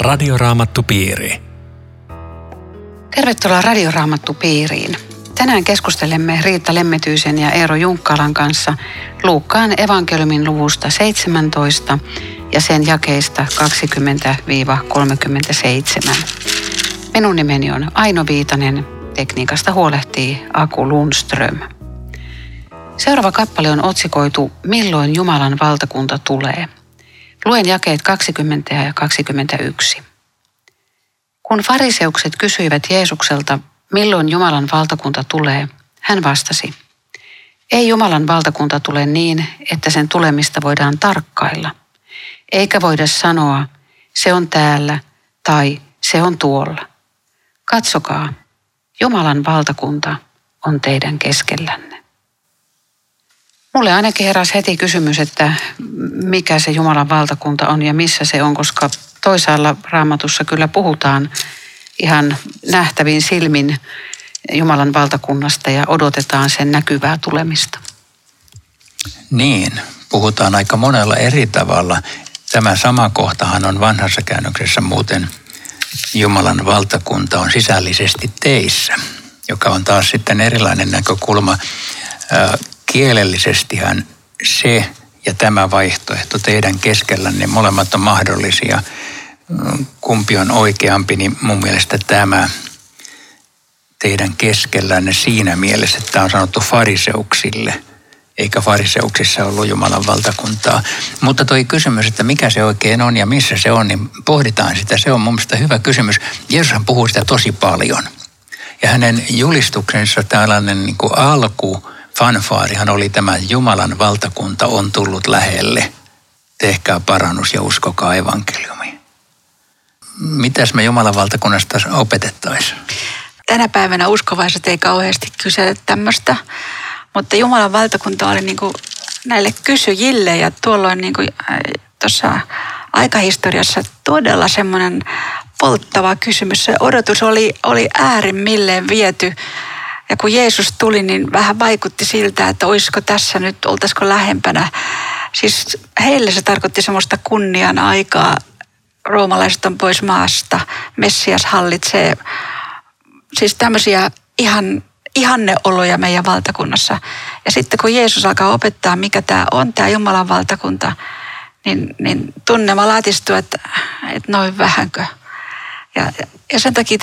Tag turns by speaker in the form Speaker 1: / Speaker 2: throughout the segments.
Speaker 1: Radioraamattupiiri.
Speaker 2: Tervetuloa Radioraamattupiiriin. Tänään keskustelemme Riitta Lemmetyisen ja Eero Junkkalan kanssa Luukkaan evankeliumin luvusta 17 ja sen jakeista 20-37. Minun nimeni on Aino Viitanen. Tekniikasta huolehtii Aku Lundström. Seuraava kappale on otsikoitu Milloin Jumalan valtakunta tulee. Luen jakeet 20 ja 21. Kun fariseukset kysyivät Jeesukselta, milloin Jumalan valtakunta tulee, hän vastasi, ei Jumalan valtakunta tule niin, että sen tulemista voidaan tarkkailla. Eikä voida sanoa, se on täällä tai se on tuolla. Katsokaa, Jumalan valtakunta on teidän keskellänne. Mulle ainakin heräsi heti kysymys, että mikä se Jumalan valtakunta on ja missä se on, koska toisaalla Raamatussa kyllä puhutaan ihan nähtävin silmin Jumalan valtakunnasta ja odotetaan sen näkyvää tulemista.
Speaker 3: Niin, puhutaan aika monella eri tavalla. Tämä sama kohtahan on vanhassa käännöksessä muuten Jumalan valtakunta on sisällisesti teissä, joka on taas sitten erilainen näkökulma. Kielellisestihän se ja tämä vaihtoehto teidän keskellänne molemmat on mahdollisia. Kumpi on oikeampi, niin mun mielestä tämä teidän keskellänne siinä mielessä, että tämä on sanottu fariseuksille, eikä fariseuksissa ollut Jumalan valtakuntaa. Mutta toi kysymys, että mikä se oikein on ja missä se on, niin pohditaan sitä. Se on mun mielestä hyvä kysymys. Jeesushan puhuu sitä tosi paljon. Ja hänen julistuksensa tällainen niin kuin alkufanfaarihan oli tämä Jumalan valtakunta on tullut lähelle. Tehkää parannus ja uskokaa evankeliumiin. Mitäs me Jumalan valtakunnasta opetettaisiin?
Speaker 4: Tänä päivänä uskovaiset ei kauheasti kysele tämmöistä, mutta Jumalan valtakunta oli niin kuin näille kysyjille ja tuolloin niin kuin tuossa aikahistoriassa todella semmoinen polttava kysymys. Se odotus oli äärimmilleen viety ja kun Jeesus tuli, niin vähän vaikutti siltä, että olisiko tässä nyt, oltaisiko lähempänä. Siis heille se tarkoitti semmoista kunnian aikaa. Roomalaiset on pois maasta, Messias hallitsee. Siis tämmöisiä ihanneoloja meidän valtakunnassa. Ja sitten kun Jeesus alkaa opettaa, mikä tämä on, tämä Jumalan valtakunta, niin tunnelma laatistuu, että noin vähänkö. Ja sen takia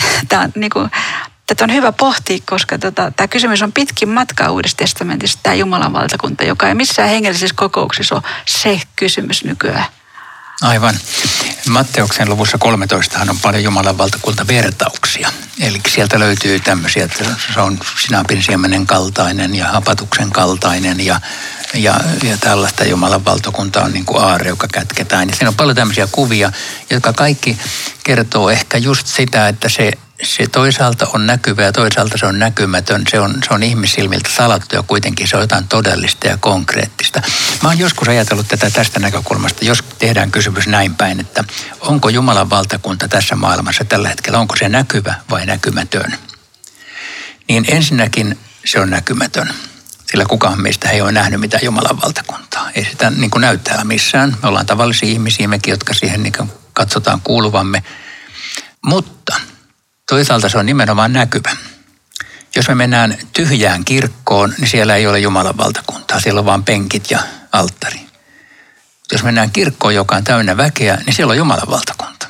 Speaker 4: tätä on hyvä pohtia, koska tämä kysymys on pitkin matkaa Uudessa testamentissa, tämä Jumalan valtakunta, joka ei missään hengellisessä kokouksessa ole se kysymys nykyään.
Speaker 3: Aivan. Matteuksen luvussa 13 on paljon Jumalan valtakuntavertauksia. Eli sieltä löytyy tämmöisiä, että se on sinapin siemenen kaltainen ja hapatuksen kaltainen ja tällaista Jumalan valtakunta on niin kuin aarre, joka kätketään. Ja siinä on paljon tämmöisiä kuvia, jotka kaikki kertoo ehkä just sitä, että se toisaalta on näkyvä ja toisaalta se on näkymätön. Se on ihmissilmiltä salattu ja kuitenkin se on jotain todellista ja konkreettista. Mä oon joskus ajatellut tästä näkökulmasta, jos tehdään kysymys näin päin, että onko Jumalan valtakunta tässä maailmassa tällä hetkellä, onko se näkyvä vai näkymätön? Niin ensinnäkin se on näkymätön, sillä kukaan meistä ei ole nähnyt mitään Jumalan valtakuntaa. Ei sitä niin kuin näy täällä missään. Me ollaan tavallisia ihmisiä, mekin, jotka siihen niin kuin katsotaan kuuluvamme. Mutta toisaalta se on nimenomaan näkyvä. Jos me mennään tyhjään kirkkoon, niin siellä ei ole Jumalan valtakuntaa. Siellä on vain penkit ja alttari. Jos mennään kirkkoon, joka on täynnä väkeä, niin siellä on Jumalan valtakunta.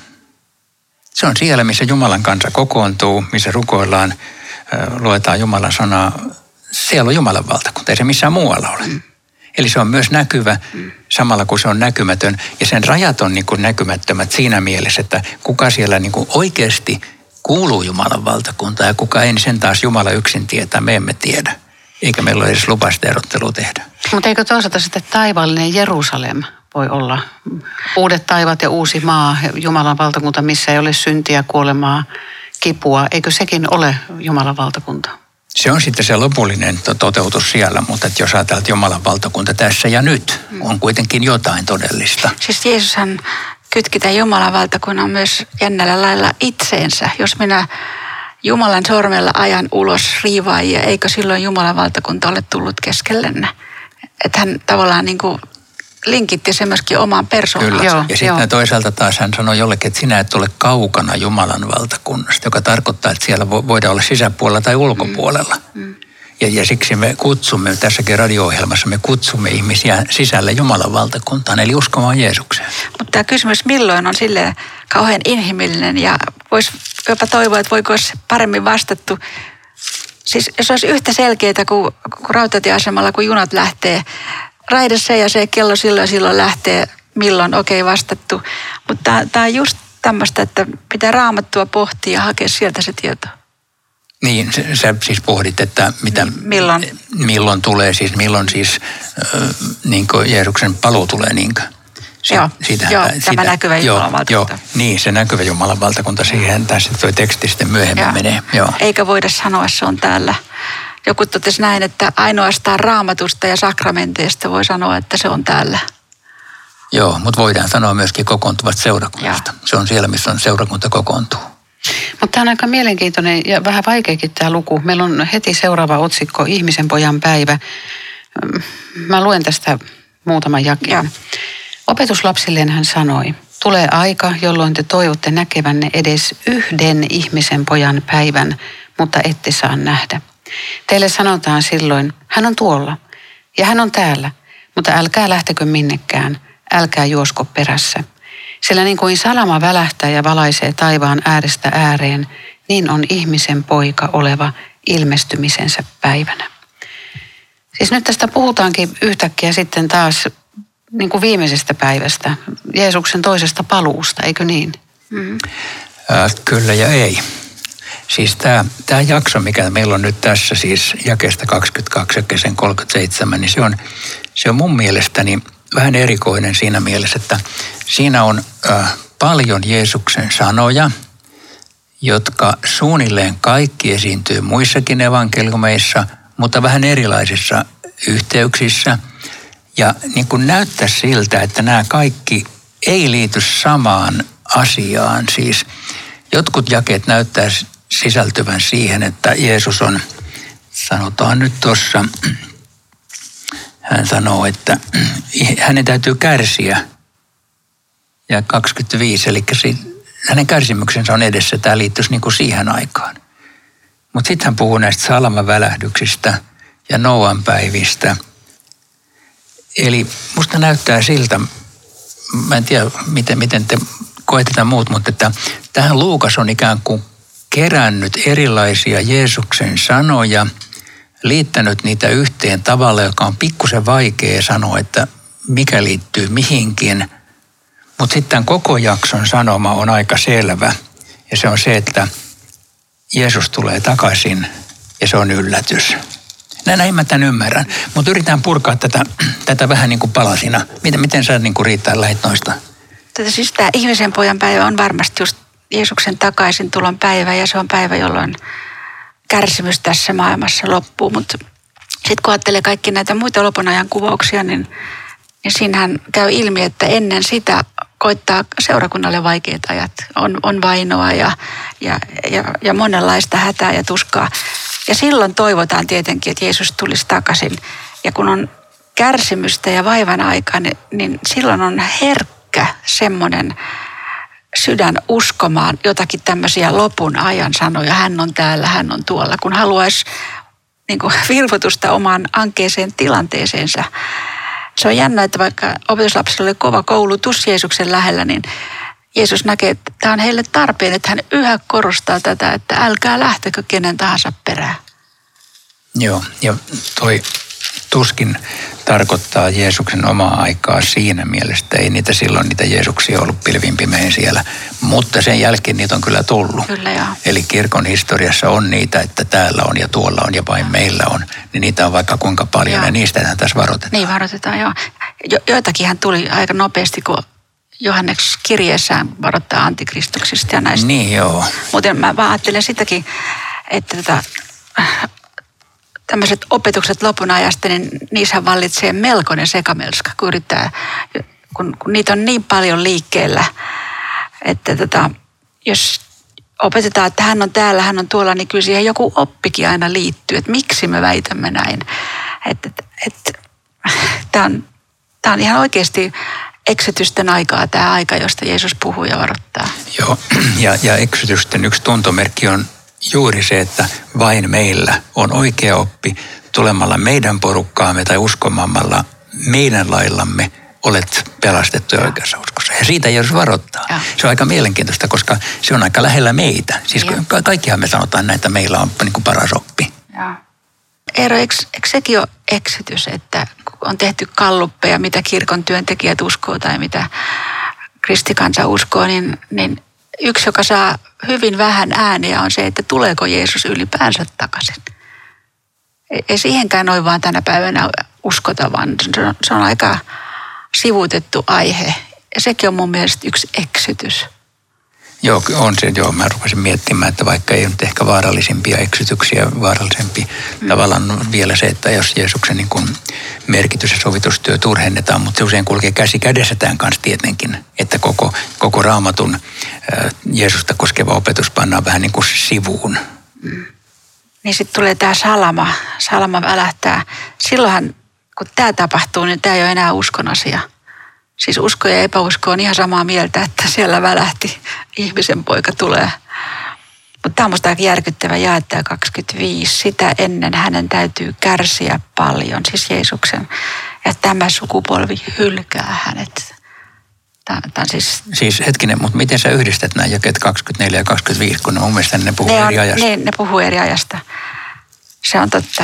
Speaker 3: Se on siellä, missä Jumalan kansa kokoontuu, missä rukoillaan, luetaan Jumalan sanaa. Siellä on Jumalan valtakunta, ei se missään muualla ole. Eli se on myös näkyvä samalla kun se on näkymätön. Ja sen rajat on niin kuin näkymättömät siinä mielessä, että kuka siellä niin kuin oikeasti kuuluu Jumalan valtakuntaan ja kuka ei, niin sen taas Jumala yksin tietää, me emme tiedä. Eikä meillä ole edes lupa sitä erottelua tehdä.
Speaker 2: Mutta eikö toisaalta sitten taivaallinen Jerusalem voi olla uudet taivat ja uusi maa, Jumalan valtakunta, missä ei ole syntiä, kuolemaa, kipua. Eikö sekin ole Jumalan valtakunta?
Speaker 3: Se on sitten se lopullinen toteutus siellä, mutta että jos ajatellaan, että Jumalan valtakunta tässä ja nyt on kuitenkin jotain todellista.
Speaker 4: Siis Jeesushan kytki tämän Jumalan valtakunnan myös jännällä lailla itseensä. Jos minä Jumalan sormella ajan ulos riivaajia, eikö silloin Jumalan valtakunta ole tullut keskellenne? Että hän tavallaan niin kuin linkitti se myöskin omaan persoonaan.
Speaker 3: Kyllä.
Speaker 2: Joo,
Speaker 3: Ja sitten toisaalta taas hän sanoi jollekin, että sinä et ole kaukana Jumalan valtakunnasta, joka tarkoittaa, että siellä voidaan olla sisäpuolella tai ulkopuolella. Ja siksi me kutsumme, tässäkin radio-ohjelmassa me kutsumme ihmisiä sisälle Jumalan valtakuntaan, eli uskomaan Jeesukseen.
Speaker 4: Mutta tämä kysymys milloin on silleen kauhean inhimillinen ja voisi jopa toivoa, että voiko olisi paremmin vastattu. Siis jos olisi yhtä selkeää kuin rautatieasemalla, kun junat lähtee raide se ja se kello silloin lähtee, milloin vastattu. Mutta tämä on just tämmöistä, että pitää Raamattua pohtia ja hakea sieltä se tieto.
Speaker 3: Niin, sä siis pohdit, että milloin tulee, siis milloin siis niin kuin Jeesuksen paluu tulee niinkö?
Speaker 4: Tämä näkyvä Jumalan valtakunta.
Speaker 3: Niin, se näkyvä Jumalan valtakunta, siihen tässä tuo teksti sitten myöhemmin menee. Joo.
Speaker 4: Eikä voida sanoa, se on täällä. Joku totesi näin, että ainoastaan Raamatusta ja sakramenteista voi sanoa, että se on täällä.
Speaker 3: Joo, mutta voidaan sanoa myöskin kokoontuvat seurakunnasta. Se on siellä, missä on seurakunta kokoontuu.
Speaker 2: Mutta tämä on aika mielenkiintoinen ja vähän vaikeakin tämä luku. Meillä on heti seuraava otsikko, Ihmisen pojan päivä. Mä luen tästä muutaman jakeen. Opetuslapsilleen hän sanoi, tulee aika, jolloin te toivotte näkevänne edes yhden ihmisen pojan päivän, mutta ette saa nähdä. Teille sanotaan silloin, hän on tuolla ja hän on täällä, mutta älkää lähtekö minnekään, älkää juosko perässä. Sillä niin kuin salama välähtää ja valaisee taivaan äärestä ääreen, niin on ihmisen poika oleva ilmestymisensä päivänä. Siis nyt tästä puhutaankin yhtäkkiä sitten taas niin kuin viimeisestä päivästä, Jeesuksen toisesta paluusta, eikö niin?
Speaker 3: Kyllä ja ei. Siis tämä jakso, mikä meillä on nyt tässä, siis jakeesta 22 ja kesän 37, niin se on mun mielestäni vähän erikoinen siinä mielessä, että siinä on paljon Jeesuksen sanoja, jotka suunnilleen kaikki esiintyy muissakin evankeliumeissa, mutta vähän erilaisissa yhteyksissä. Ja niin kuin näyttää siltä, että nämä kaikki ei liity samaan asiaan. Siis jotkut jakeet näyttää sisältyvän siihen, että Jeesus on, sanotaan nyt tuossa, hän sanoo, että hänen täytyy kärsiä. Ja 25, eli hänen kärsimyksensä on edessä. Tämä liittyisi niin kuin siihen aikaan. Mutta sitten hän puhuu näistä salamavälähdyksistä ja Noan päivistä. Eli musta näyttää siltä, mä en tiedä miten te koette tätä muut, mutta että tähän Luukas on ikään kuin kerännyt erilaisia Jeesuksen sanoja, liittänyt niitä yhteen tavalla, joka on pikkusen vaikea sanoa, että mikä liittyy mihinkin. Mutta sitten koko jakson sanoma on aika selvä ja se on se, että Jeesus tulee takaisin ja se on yllätys. Näin mä tämän ymmärrän, mutta yritän purkaa tätä vähän niin kuin palasina. Miten sä niin kuin riittää lähit noista?
Speaker 4: Siis tämä ihmisen pojan päivä on varmasti just Jeesuksen takaisin tulon päivä ja se on päivä, jolloin kärsimys tässä maailmassa loppuu. Mutta sitten kun ajattelee kaikki näitä muita lopun ajan kuvauksia, niin siinähän käy ilmi, että ennen sitä koittaa seurakunnalle vaikeat ajat. On vainoa ja monenlaista hätää ja tuskaa. Ja silloin toivotaan tietenkin, että Jeesus tulisi takaisin. Ja kun on kärsimystä ja vaivan aika, niin silloin on herkkä semmoinen sydän uskomaan jotakin tämmöisiä lopun ajan sanoja. Hän on täällä, hän on tuolla. Kun haluaisi niin kuin vilvoitusta omaan ankeeseen tilanteeseensa. Se on jännä, että vaikka opetuslapsilla oli kova koulutus Jeesuksen lähellä, niin Jeesus näkee, että tämä on heille tarpeen, että hän yhä korostaa tätä, että älkää lähtekö kenen tahansa perään.
Speaker 3: Joo, ja toi tuskin tarkoittaa Jeesuksen omaa aikaa siinä mielessä, ei niitä silloin niitä Jeesuksia ollut pilvin pimein siellä, mutta sen jälkeen niitä on kyllä tullut.
Speaker 4: Kyllä joo.
Speaker 3: Eli kirkon historiassa on niitä, että täällä on ja tuolla on ja vain meillä on, niin niitä on vaikka kuinka paljon joo. Ja niistähän tässä varoitetaan.
Speaker 4: Niin varoitetaan, joo. Joitakin hän tuli aika nopeasti, kun Johannes kirjeessään varoittaa antikristuksista ja näistä.
Speaker 3: Niin joo.
Speaker 4: Muuten mä vaan ajattelen sitäkin, että tämmöiset opetukset lopun ajasta, niin niissä vallitsee melkoinen sekamelska, kun yrittää, kun niitä on niin paljon liikkeellä, että jos opetetaan, että hän on täällä, hän on tuolla, niin kyllä siihen joku oppikin aina liittyy, että miksi me väitämme näin. Tämä on Tämä on ihan oikeasti eksytysten aikaa, tämä aika, josta Jeesus puhuu ja varoittaa.
Speaker 3: Joo, ja eksytysten yksi tuntomerkki on juuri se, että vain meillä on oikea oppi tulemalla meidän porukkaamme tai uskomalla meidän laillamme olet pelastettu ja oikeassa uskossa. Ja siitä Jeesus varoittaa. Ja. Se on aika mielenkiintoista, koska se on aika lähellä meitä. Siis kaikkihan me sanotaan näin, että meillä on niin kuin paras oppi.
Speaker 4: Ja. Eero, eikö sekin ole eksytys, että on tehty galluppeja, mitä kirkon työntekijät uskoo tai mitä kristikansa uskoo, niin yksi, joka saa hyvin vähän ääniä, on se, että tuleeko Jeesus ylipäänsä takaisin. Ei siihenkään noin vaan tänä päivänä uskota, vaan se on aika sivuutettu aihe. Ja sekin on mun mielestä yksi eksytys.
Speaker 3: Joo, on se. Joo, mä rupesin miettimään, että vaikka ei nyt ehkä vaarallisimpia eksytyksiä, vaarallisempi tavallaan vielä se, että jos Jeesuksen niin kuin merkitys ja sovitustyö turhennetaan, mutta se usein kulkee käsi kädessä tämän kanssa tietenkin, että koko Raamatun Jeesusta koskeva opetus pannaan vähän niin kuin sivuun.
Speaker 4: Niin sitten tulee tämä salama välähtää. Silloinhan, kun tämä tapahtuu, niin tämä ei ole enää uskon asia. Siis usko ja epäusko on ihan samaa mieltä, että siellä välähti, ihmisen poika tulee. Mutta tämä on musta aika järkyttävä jae, tämä 25. Sitä ennen hänen täytyy kärsiä paljon, siis Jeesuksen. Ja tämä sukupolvi hylkää hänet. Tämä on
Speaker 3: siis hetkinen, mutta miten sä yhdistät nämä jakeet 24 ja 25, kun mun mielestä ne puhuu eri ajasta?
Speaker 4: Ne puhuu eri ajasta. Se on totta.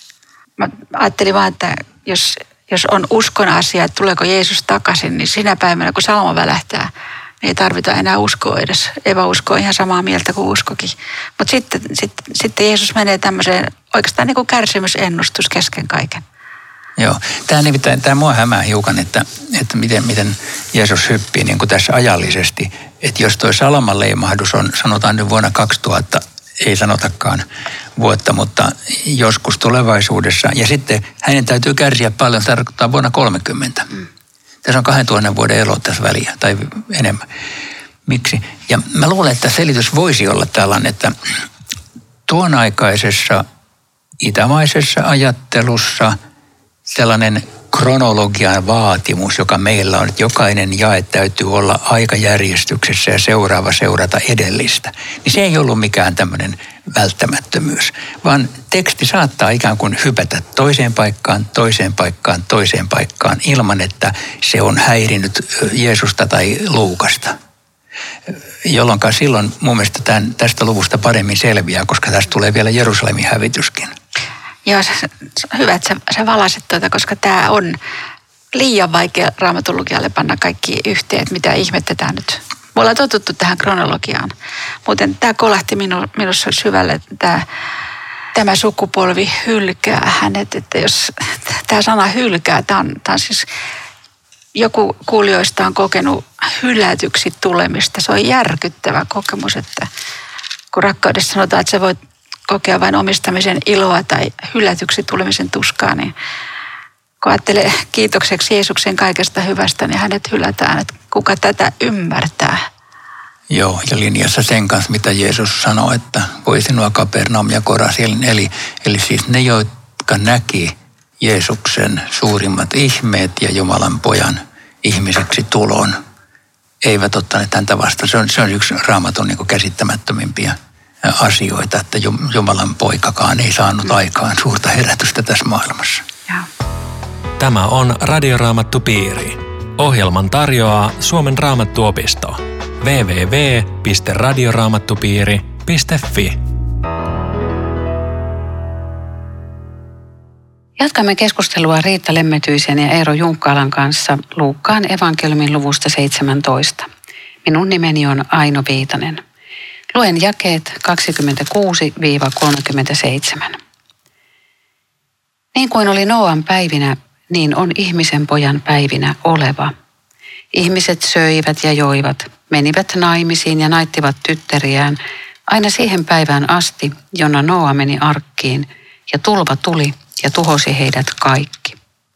Speaker 4: Mä ajattelin vaan, että jos on uskon asia, että tuleeko Jeesus takaisin, niin sinä päivänä, kun salama välähtää, niin ei tarvita enää uskoa edes. Epäusko on ihan samaa mieltä kuin uskokin. Mutta sitten Jeesus menee tämmöiseen oikeastaan niin kuin kärsimysennustus kesken kaiken.
Speaker 3: Joo, tämä mua hämää hiukan, että miten Jeesus hyppii niin kuin tässä ajallisesti. Että jos tuo salaman leimahdus on, sanotaan nyt vuonna 2000, ei sanotakaan vuotta, mutta joskus tulevaisuudessa. Ja sitten hänen täytyy kärsiä paljon, tarkoittaa vuonna 30. Tässä on 2000 vuoden elo tässä väliä, tai enemmän. Miksi? Ja mä luulen, että selitys voisi olla tällainen, että tuon aikaisessa itämaisessa ajattelussa sellainen kronologian vaatimus, joka meillä on, että jokainen jae täytyy olla aikajärjestyksessä ja seuraava seurata edellistä, niin se ei ollut mikään tämmöinen välttämättömyys, vaan teksti saattaa ikään kuin hypätä toiseen paikkaan ilman, että se on häirinyt Jeesusta tai Luukasta. Jolloin silloin mun mielestä tästä luvusta paremmin selviää, koska tästä tulee vielä Jerusalemin hävityskin.
Speaker 4: Joo, hyvä, että sä valasit koska tämä on liian vaikea Raamatun lukijalle panna kaikki yhteen, että mitä ihmettä tämä nyt. Me ollaan totuttu tähän kronologiaan. Muuten tämä kolahti minussa syvälle, että tämä sukupolvi hylkää hänet. Että jos tämä sana hylkää, tämä on siis joku kuulijoista on kokenut hylätyksi tulemista. Se on järkyttävä kokemus, että kun rakkaudessa sanotaan, että sä voit kokea vain omistamisen iloa tai hylätyksi tulemisen tuskaa, niin kun ajattelee kiitokseksi Jeesuksen kaikesta hyvästä, niin hänet hylätään, että kuka tätä ymmärtää.
Speaker 3: Joo, ja linjassa sen kanssa, mitä Jeesus sanoi, että voi sinua Kapernaum ja Korasin. Eli siis ne, jotka näki Jeesuksen suurimmat ihmeet ja Jumalan pojan ihmiseksi tulon, eivät ottaneet häntä vastaan. Se on yksi Raamatun niin kuin käsittämättömimpiä asioita, että Jumalan poikakaan ei saanut aikaan suurta herätystä tässä maailmassa.
Speaker 4: Ja.
Speaker 1: Tämä on Radioraamattupiiri. Ohjelman tarjoaa Suomen Raamattuopisto. www.radioraamattupiiri.fi.
Speaker 2: Jatkamme keskustelua Riitta Lemmetyisen ja Eero Junkkaalan kanssa Luukkaan evankeliumin luvusta 17. Minun nimeni on Aino Viitanen. Luen jakeet 26-37. Niin kuin oli Nooan päivinä, niin on ihmisen pojan päivinä oleva. Ihmiset söivät ja joivat, menivät naimisiin ja naittivat tyttäriään aina siihen päivään asti, jona Nooa meni arkkiin ja tulva tuli ja tuhosi heidät kaikki.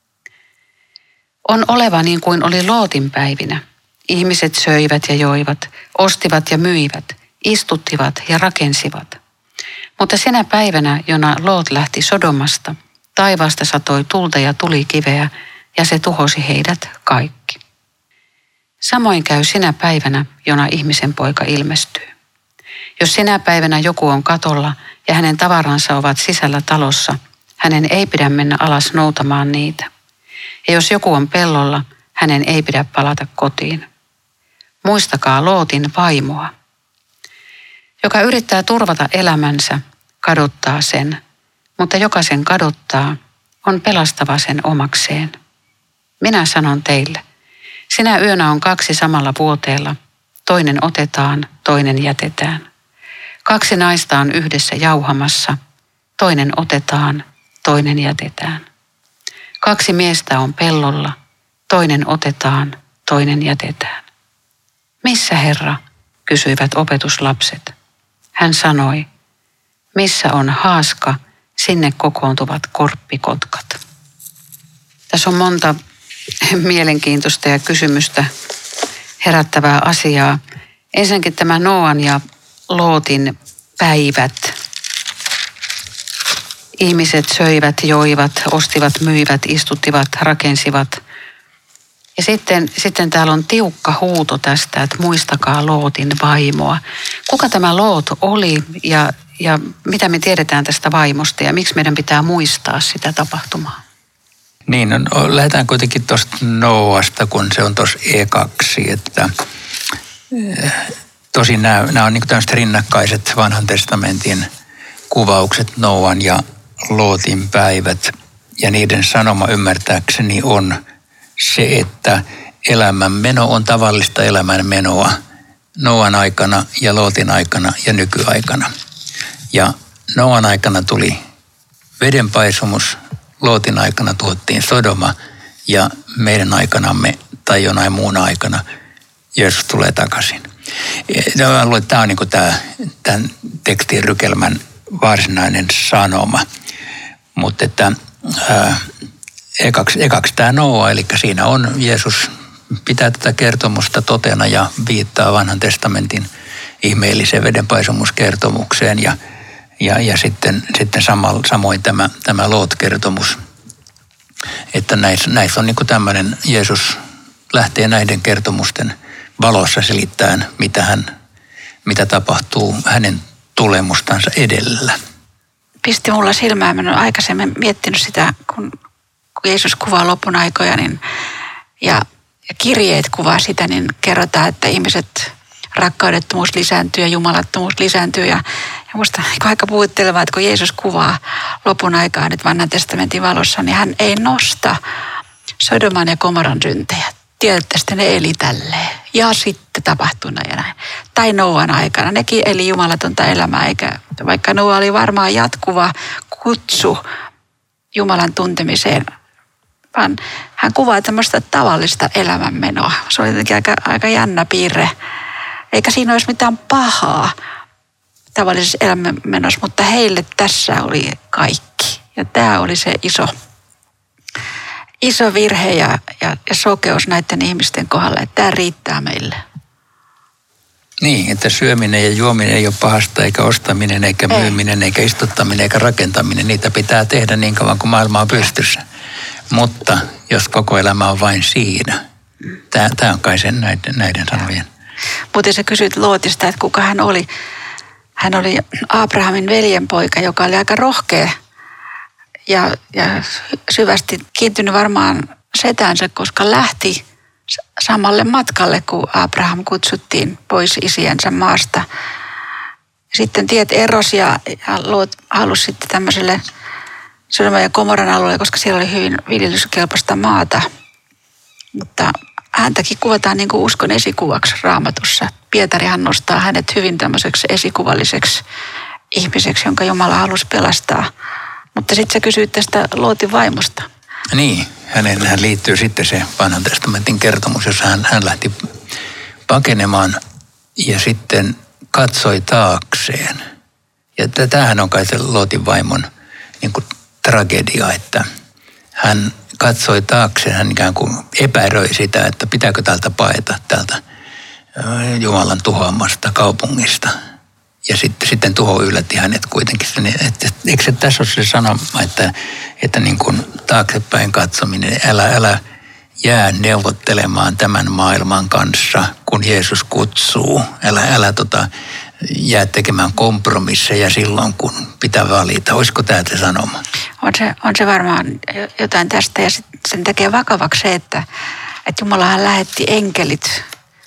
Speaker 2: On oleva niin kuin oli Lootin päivinä. Ihmiset söivät ja joivat, ostivat ja myivät, istuttivat ja rakensivat. Mutta sinä päivänä, jona Loot lähti Sodomasta, taivaasta satoi tulta ja tulikiveä, ja se tuhosi heidät kaikki. Samoin käy sinä päivänä, jona ihmisen poika ilmestyy. Jos sinä päivänä joku on katolla ja hänen tavaransa ovat sisällä talossa, hänen ei pidä mennä alas noutamaan niitä. Ja jos joku on pellolla, hänen ei pidä palata kotiin. Muistakaa Lootin vaimoa. Joka yrittää turvata elämänsä, kadottaa sen, mutta joka sen kadottaa, on pelastava sen omakseen. Minä sanon teille, sinä yönä on 2 samalla vuoteella, toinen otetaan, toinen jätetään. 2 naista on yhdessä jauhamassa, toinen otetaan, toinen jätetään. 2 miestä on pellolla, toinen otetaan, toinen jätetään. Missä Herra, kysyivät opetuslapset. Hän sanoi, missä on haaska, sinne kokoontuvat korppikotkat. Tässä on monta mielenkiintoista ja kysymystä herättävää asiaa. Ensinnäkin tämä Nooan ja Lootin päivät. Ihmiset söivät, joivat, ostivat, myivät, istuttivat, rakensivat. Ja sitten täällä on tiukka huuto tästä, että muistakaa Lootin vaimoa. Kuka tämä Loot oli ja mitä me tiedetään tästä vaimosta ja miksi meidän pitää muistaa sitä tapahtumaa?
Speaker 3: Niin, lähdetään kuitenkin tuosta Nooasta, kun se on tuossa E2, että tosin nämä on niin tämmöiset rinnakkaiset vanhan testamentin kuvaukset, Nooan ja Lootin päivät, ja niiden sanoma ymmärtääkseni on se, että elämänmeno on tavallista elämänmenoa Nooan aikana ja Lootin aikana ja nykyaikana. Ja Nooan aikana tuli vedenpaisumus, Lootin aikana tuhottiin Sodoma ja meidän aikanamme tai jonain muuna aikana Jeesus tulee takaisin. Mä luulen, että tämä on niin kuin tämän tekstin rykelmän varsinainen sanoma. Mutta että ekaksi tämä Nooa, eli siinä on Jeesus pitää tätä kertomusta totena ja viittaa vanhan testamentin ihmeelliseen vedenpaisumuskertomukseen ja sitten samoin tämä Loot-kertomus. Että näissä on niin kuin tämmöinen, Jeesus lähtee näiden kertomusten valossa selittämään, mitä tapahtuu hänen tulemustansa edellä.
Speaker 4: Pisti mulla silmään, mä en ole aikaisemmin miettinyt sitä, kun Jeesus kuvaa lopun aikoja, ja kirjeet kuvaa sitä, niin kerrotaan, että ihmiset rakkaudettomuus lisääntyy ja jumalattomuus lisääntyy. Ja musta aika puhuttelevaa, että kun Jeesus kuvaa lopun aikaa nyt vanhan testamentin valossa, niin hän ei nosta Sodoman ja Gomoran syntejä. Tiedätte, että ne eli tälleen. Ja sitten tapahtui näin ja näin. Tai Nooan aikana. Nekin eli jumalatonta elämää, vaikka Nooa oli varmaan jatkuva kutsu Jumalan tuntemiseen, vaan hän kuvaa tämmöistä tavallista elämänmenoa. Se oli jotenkin aika jännä piirre. Eikä siinä olisi mitään pahaa tavallisessa elämänmenossa, mutta heille tässä oli kaikki. Ja tämä oli se iso virhe ja sokeus näiden ihmisten kohdalla, että tämä riittää meille.
Speaker 3: Niin, että syöminen ja juominen ei ole pahasta, eikä ostaminen, eikä myyminen, eikä istuttaminen, eikä rakentaminen. Niitä pitää tehdä niin kauan kuin maailma on pystyssä. Mutta jos koko elämä on vain siinä, tämä on kai sen näiden sanojen.
Speaker 4: Mutta sä kysyt Lootista, että kuka hän oli. Hän oli Abrahamin veljenpoika, joka oli aika rohkea ja syvästi kiintynyt varmaan setänsä, koska lähti samalle matkalle, kun Abraham kutsuttiin pois isiensä maasta. Sitten tiet erosi ja Loot halusi sitten tämmöiselle Sodoman ja Gomoran alueelle, koska siellä oli hyvin viljelyskelpoista maata. Mutta häntäkin kuvataan niin kuin uskon esikuvaksi Raamatussa. Pietarihan nostaa hänet hyvin tämmöiseksi esikuvalliseksi ihmiseksi, jonka Jumala halusi pelastaa. Mutta sitten sä kysyit tästä Lootin vaimosta.
Speaker 3: Niin, hän liittyy sitten se vanhan testamentin kertomus, jossa hän lähti pakenemaan ja sitten katsoi taakseen. Ja tämähän on kai se Lootin vaimon niin kuin tragedia, että hän katsoi taakseen, hän ikään kuin epäröi sitä, että pitääkö täältä paeta täältä Jumalan tuhoamasta kaupungista. Ja sitten tuho yllätti hänet kuitenkin. Eikö se tässä ole se sanoma, että niin kuin taaksepäin katsominen, älä jää neuvottelemaan tämän maailman kanssa, kun Jeesus kutsuu. Älä jää tekemään kompromisseja silloin, kun pitää valita. Olisiko tämä se sanoma?
Speaker 4: On se varmaan jotain tästä, ja sen tekee vakavaksi se, että Jumalahan lähetti enkelit,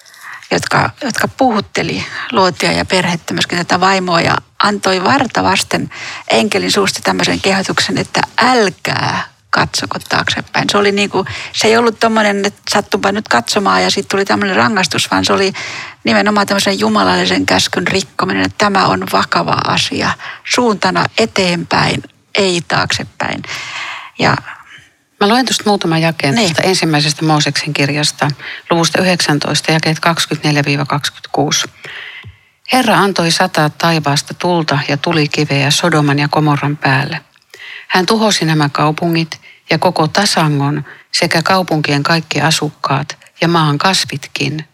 Speaker 4: jotka puhutteli Lootia ja perhettä, myöskin tätä vaimoa, ja antoi varta vasten enkelin suusta tämmöisen kehotuksen, että älkää katsoko taaksepäin. Se oli se ei ollut tommoinen, että sattupa nyt katsomaan ja sitten tuli tämmöinen rangaistus, vaan se oli nimenomaan tämmöisen jumalallisen käskyn rikkominen, että tämä on vakava asia. Suuntana eteenpäin, ei taaksepäin. Ja
Speaker 2: mä luen tuosta muutaman jakeen tuosta ensimmäisestä Mooseksen kirjasta, luvusta 19, jakeet 24-26. Herra antoi sataa taivaasta tulta ja tulikiveä Sodoman ja Gomorran päälle. Hän tuhosi nämä kaupungit ja koko tasangon sekä kaupunkien kaikki asukkaat ja maan kasvitkin.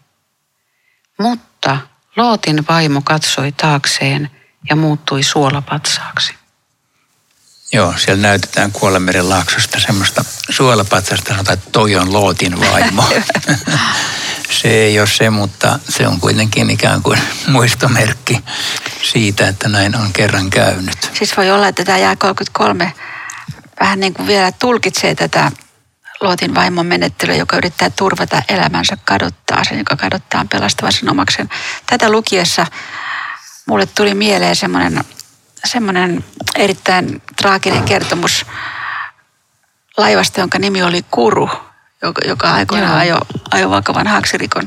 Speaker 2: Mutta Lootin vaimo katsoi taakseen ja muuttui suolapatsaaksi.
Speaker 3: Joo, siellä näytetään Kuolleanmeren laaksosta semmoista suolapatsasta, sanotaan, että toi on Lootin vaimo. Se ei ole se, mutta se on kuitenkin ikään kuin muistomerkki siitä, että näin on kerran käynyt.
Speaker 4: Siis voi olla, että tämä jää 33 vähän niin kuin vielä tulkitsee tätä Lootin vaimon menettelyä, joka yrittää turvata elämänsä, kadottaa sen, joka kadottaa pelastavan sen omaksen. Tätä lukiessa mulle tuli mieleen semmoinen erittäin traaginen kertomus laivasta, jonka nimi oli Kuru, joka aikoinaan ajoi vakavan haaksirikon.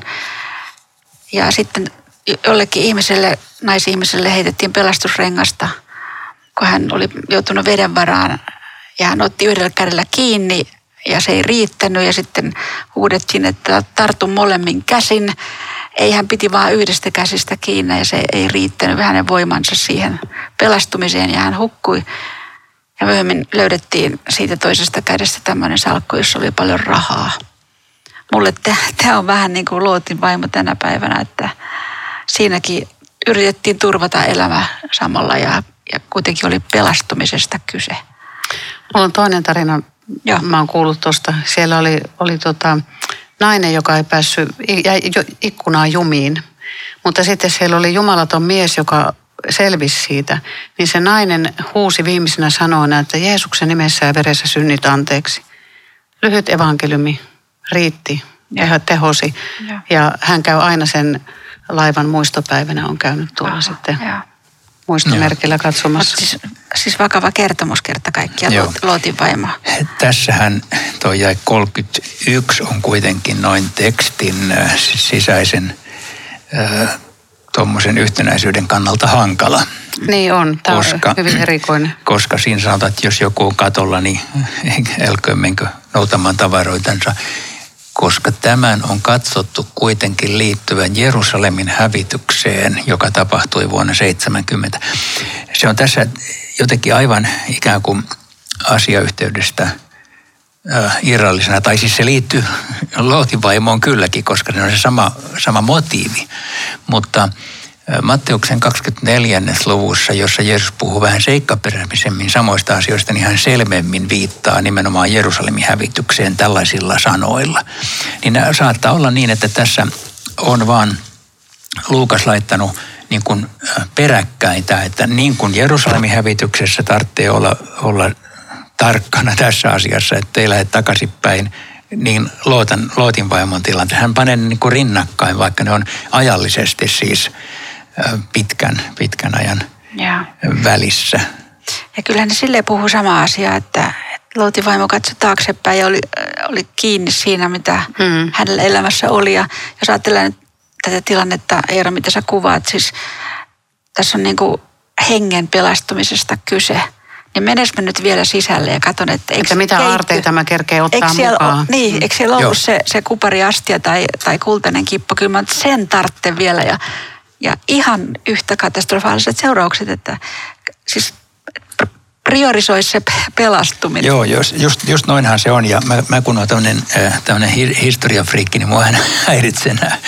Speaker 4: Ja sitten jollekin naisihmiselle heitettiin pelastusrengasta, kun hän oli joutunut veden varaan. Ja hän otti yhdellä kädellä kiinni ja se ei riittänyt ja sitten huudettiin, että tartu molemmin käsin. Ei, hän piti vaan yhdestä käsistä kiinni ja se ei riittänyt hänen voimansa siihen pelastumiseen ja hän hukkui. Ja myöhemmin löydettiin siitä toisesta kädestä tämmöinen salkku, jossa oli paljon rahaa. Mulle tämä on vähän niin kuin Lootin vaimo tänä päivänä, että siinäkin yritettiin turvata elämä samalla ja kuitenkin oli pelastumisesta kyse.
Speaker 2: Mulla on toinen tarina, mä oon kuullut tuosta. Siellä oli nainen, joka ei päässyt ikkunaan jumiin. Mutta sitten siellä oli jumalaton mies, joka selvisi siitä. Niin se nainen huusi viimeisenä sanoina, että Jeesuksen nimessä ja veressä synnit anteeksi. Lyhyt evankeliumi riitti ja tehosi. Ja hän käy aina sen laivan muistopäivänä, on käynyt tuolla sitten muistomerkillä katsomassa.
Speaker 4: Siis vakava kertomus kerta kaikkiaan Lootin vaimo.
Speaker 3: Tässähän tuo jäi 31 on kuitenkin noin tekstin sisäisen tuommoisen yhtenäisyyden kannalta hankala.
Speaker 2: Niin on, tämä on hyvin erikoinen.
Speaker 3: Koska siinä sanotaan, että jos joku on katolla, niin älköön menkö noutamaan tavaroitansa. Koska tämän on katsottu kuitenkin liittyvän Jerusalemin hävitykseen, joka tapahtui vuonna 70. Se on tässä jotenkin aivan ikään kuin asiayhteydestä irrallisena. Tai siis se liittyy Lootin vaimoon kylläkin, koska se on se sama motiivi. Mutta Matteuksen 24. luvussa, jossa Jeesus puhuu vähän seikkaperäisemmin samoista asioista, niin hän selvemmin viittaa nimenomaan Jerusalemin hävitykseen tällaisilla sanoilla. Niin saattaa olla niin, että tässä on vaan Luukas laittanut niin kuin peräkkäitä, että niin kuin Jerusalemin hävityksessä tarvitsee olla tarkkana tässä asiassa, että ei lähde takaisinpäin, niin Lootin vaimon tilanteessa. Hän panee niin kuin rinnakkain, vaikka ne on ajallisesti siis pitkän ajan välissä.
Speaker 4: Ja kyllähän ne silleen puhuu samaa asiaa, että Lootin vaimo katsoi taaksepäin ja oli kiinni siinä, mitä hänellä elämässä oli. Ja jos ajatellaan tätä tilannetta, Eero, mitä sä kuvaat, siis tässä on niin kuin hengen pelastumisesta kyse. Niin menes mä nyt vielä sisälle ja katson, että
Speaker 2: mitä aarteita mä kerkeen ottaa mukaan.
Speaker 4: Eikö siellä ollut se kupariastia tai kultainen kippo? Kyllä mä sen tarvitsen vielä ja ihan yhtä katastrofaaliset seuraukset, että siis priorisoisi se pelastuminen.
Speaker 3: Joo, just noinhan se on. Ja mä kun olen tämmöinen historiafriikki, niin mua häiritsee nämä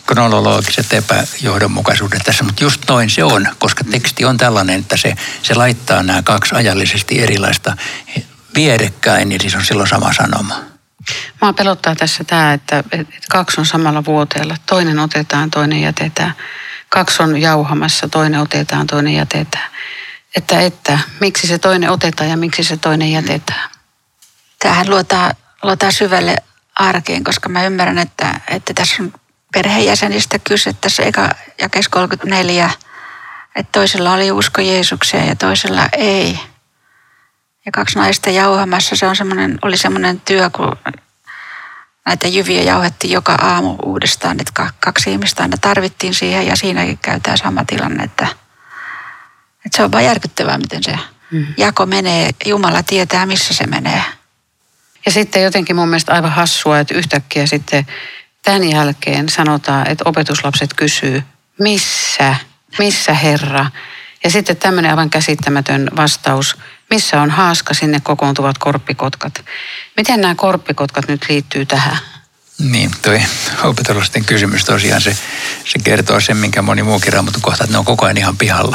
Speaker 3: kronologiset epäjohdonmukaisuudet tässä, mutta just noin se on, koska teksti on tällainen, että se laittaa nämä kaksi ajallisesti erilaista vierekkäin, niin siis on silloin sama sanoma.
Speaker 2: Mua pelottaa tässä tämä, että kaksi on samalla vuoteella. Toinen otetaan, toinen jätetään. Kaksi on jauhamassa, toinen otetaan, toinen jätetään. Että miksi se toinen otetaan ja miksi se toinen jätetään?
Speaker 4: Tämähän luotaa syvälle arkeen, koska mä ymmärrän, että tässä on perheenjäsenistä kyse. Tässä jakeessa 34, että toisella oli usko Jeesukseen ja toisella ei. Ja kaksi naista jauhamassa, oli semmoinen työ, kun näitä jyviä jauhettiin joka aamu uudestaan. Että kaksi ihmistä aina tarvittiin siihen ja siinäkin käy tämä sama tilanne, että se on vaan järkyttävää, miten se jako menee. Jumala tietää, missä se menee.
Speaker 2: Ja sitten jotenkin mun mielestä aivan hassua, että yhtäkkiä sitten tämän jälkeen sanotaan, että opetuslapset kysyy, missä Herra? Ja sitten tämmöinen aivan käsittämätön vastaus, missä on haaska, sinne kokoontuvat korppikotkat. Miten nämä korppikotkat nyt liittyy tähän?
Speaker 3: Niin, toi opetuslasten kysymys tosiaan se kertoo sen, minkä moni muukin Raamatun kohta, että ne on koko ajan ihan pihalla.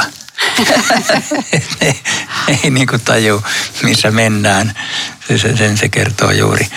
Speaker 3: ei niin kuin taju, missä mennään. Se kertoo juuri.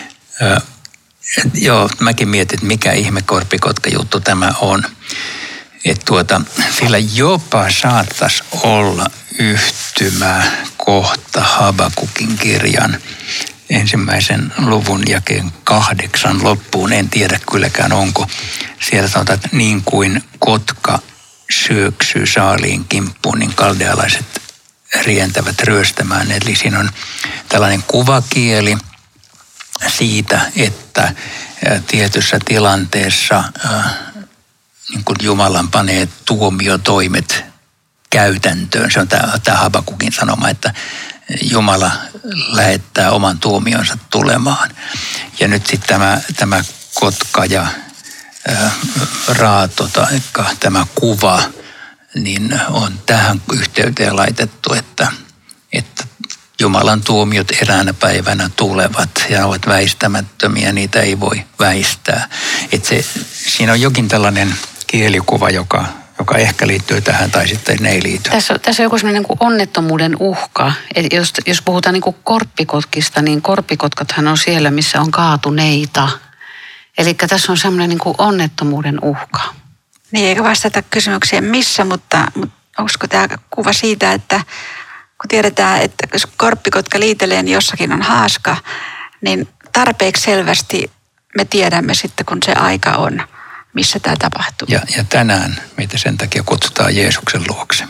Speaker 3: Joo, mäkin mietin, että mikä ihme korppikotka juttu tämä on. Että sillä jopa saattaisi olla yhtymä kohta Habakukin kirjan 1. luvun jakeen 8 loppuun. En tiedä kylläkään onko. Siellä sanotaan, että niin kuin kotka syöksyy saaliin kimppuun, niin kaldealaiset rientävät ryöstämään. Eli siinä on tällainen kuvakieli siitä, että tietyssä tilanteessa niin kuin Jumalan panee tuomiotoimet käytäntöön. Se on tämä Habakukin sanoma, että Jumala lähettää oman tuomionsa tulemaan. Ja nyt sitten tämä kotka ja raato tai tämä kuva, niin on tähän yhteyteen laitettu, että Jumalan tuomiot eräänä päivänä tulevat ja ovat väistämättömiä, niitä ei voi väistää. Siinä on jokin tällainen kielikuva, joka ehkä liittyy tähän tai sitten ei liity.
Speaker 2: Tässä on joku sellainen niin onnettomuuden uhka. Eli jos puhutaan niin kuin korppikotkista, niin korppikotkathan on siellä, missä on kaatuneita. Eli tässä on sellainen niin kuin onnettomuuden uhka.
Speaker 4: Niin, eikä vastata kysymykseen missä, mutta onko tämä kuva siitä, että kun tiedetään, että jos korppikotka liitelee, niin jossakin on haaska, niin tarpeeksi selvästi me tiedämme sitten, kun se aika on, missä tämä tapahtuu.
Speaker 3: Ja tänään meitä sen takia kutsutaan Jeesuksen luokse.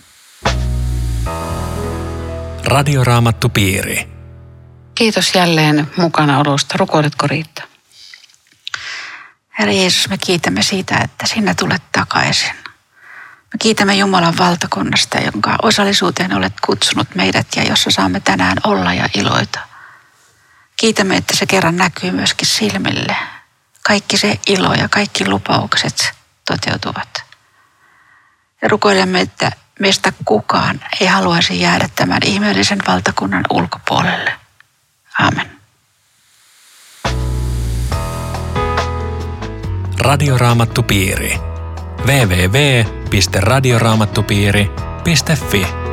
Speaker 1: Radioraamattupiiri.
Speaker 2: Kiitos jälleen mukanaolosta. Rukoiletko Riitta?
Speaker 4: Herra Jeesus, me kiitämme siitä, että sinä tulet takaisin. Me kiitämme Jumalan valtakunnasta, jonka osallisuuteen olet kutsunut meidät ja jossa saamme tänään olla ja iloita. Kiitämme, että se kerran näkyy myöskin silmille. Kaikki se ilo ja kaikki lupaukset toteutuvat. Ja rukoilemme, että meistä kukaan ei haluaisi jäädä tämän ihmeellisen valtakunnan ulkopuolelle. Aamen.
Speaker 1: Radioraamattupiiri. www.radioraamattupiiri.fi